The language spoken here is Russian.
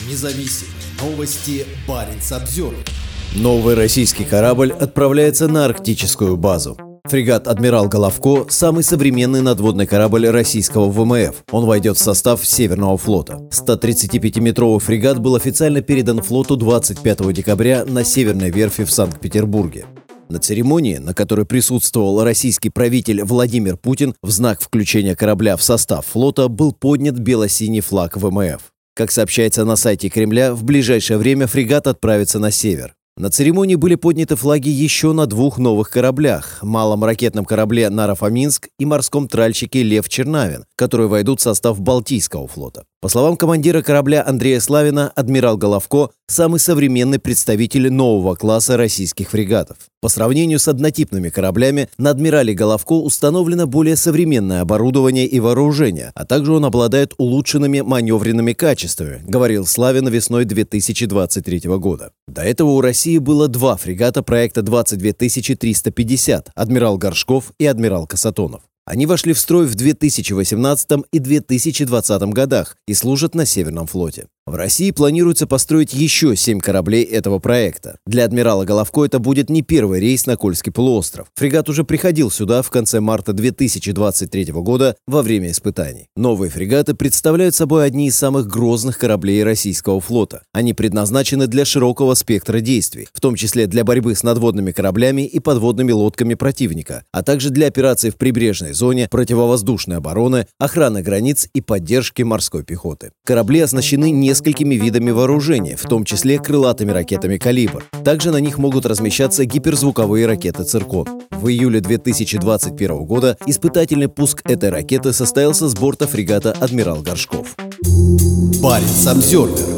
Независимые новости. Баренц-Обзервер. Новый российский корабль отправляется на арктическую базу. Фрегат «Адмирал Головко» – самый современный надводный корабль российского ВМФ. Он войдет в состав Северного флота. 135-метровый фрегат был официально передан флоту 25 декабря на Северной верфи в Санкт-Петербурге. На церемонии, на которой присутствовал российский правитель Владимир Путин, в знак включения корабля в состав флота был поднят бело-синий флаг ВМФ. Как сообщается на сайте Кремля, в ближайшее время фрегат отправится на север. На церемонии были подняты флаги еще на двух новых кораблях – малом ракетном корабле «Наро-Фоминск» и морском тральщике «Лев Чернавин», которые войдут в состав Балтийского флота. По словам командира корабля Андрея Славина, «Адмирал Головко» – самый современный представитель нового класса российских фрегатов. По сравнению с однотипными кораблями, на «Адмирале Головко» установлено более современное оборудование и вооружение, а также он обладает улучшенными маневренными качествами, говорил Славин весной 2023 года. До этого у России было два фрегата проекта 22350 «Адмирал Горшков» и «Адмирал Касатонов». Они вошли в строй в 2018 и 2020 годах и служат на Северном флоте. В России планируется построить еще 7 кораблей этого проекта. Для «Адмирала Головко» это будет не первый рейс на Кольский полуостров. Фрегат уже приходил сюда в конце марта 2023 года во время испытаний. Новые фрегаты представляют собой одни из самых грозных кораблей российского флота. Они предназначены для широкого спектра действий, в том числе для борьбы с надводными кораблями и подводными лодками противника, а также для операций в прибрежной зоне, противовоздушной обороны, охраны границ и поддержки морской пехоты. Корабли оснащены несколькими видами вооружения, в том числе крылатыми ракетами «Калибр». Также на них могут размещаться гиперзвуковые ракеты «Циркон». В июле 2021 года испытательный пуск этой ракеты состоялся с борта фрегата «Адмирал Горшков». Баренц-Обзервер.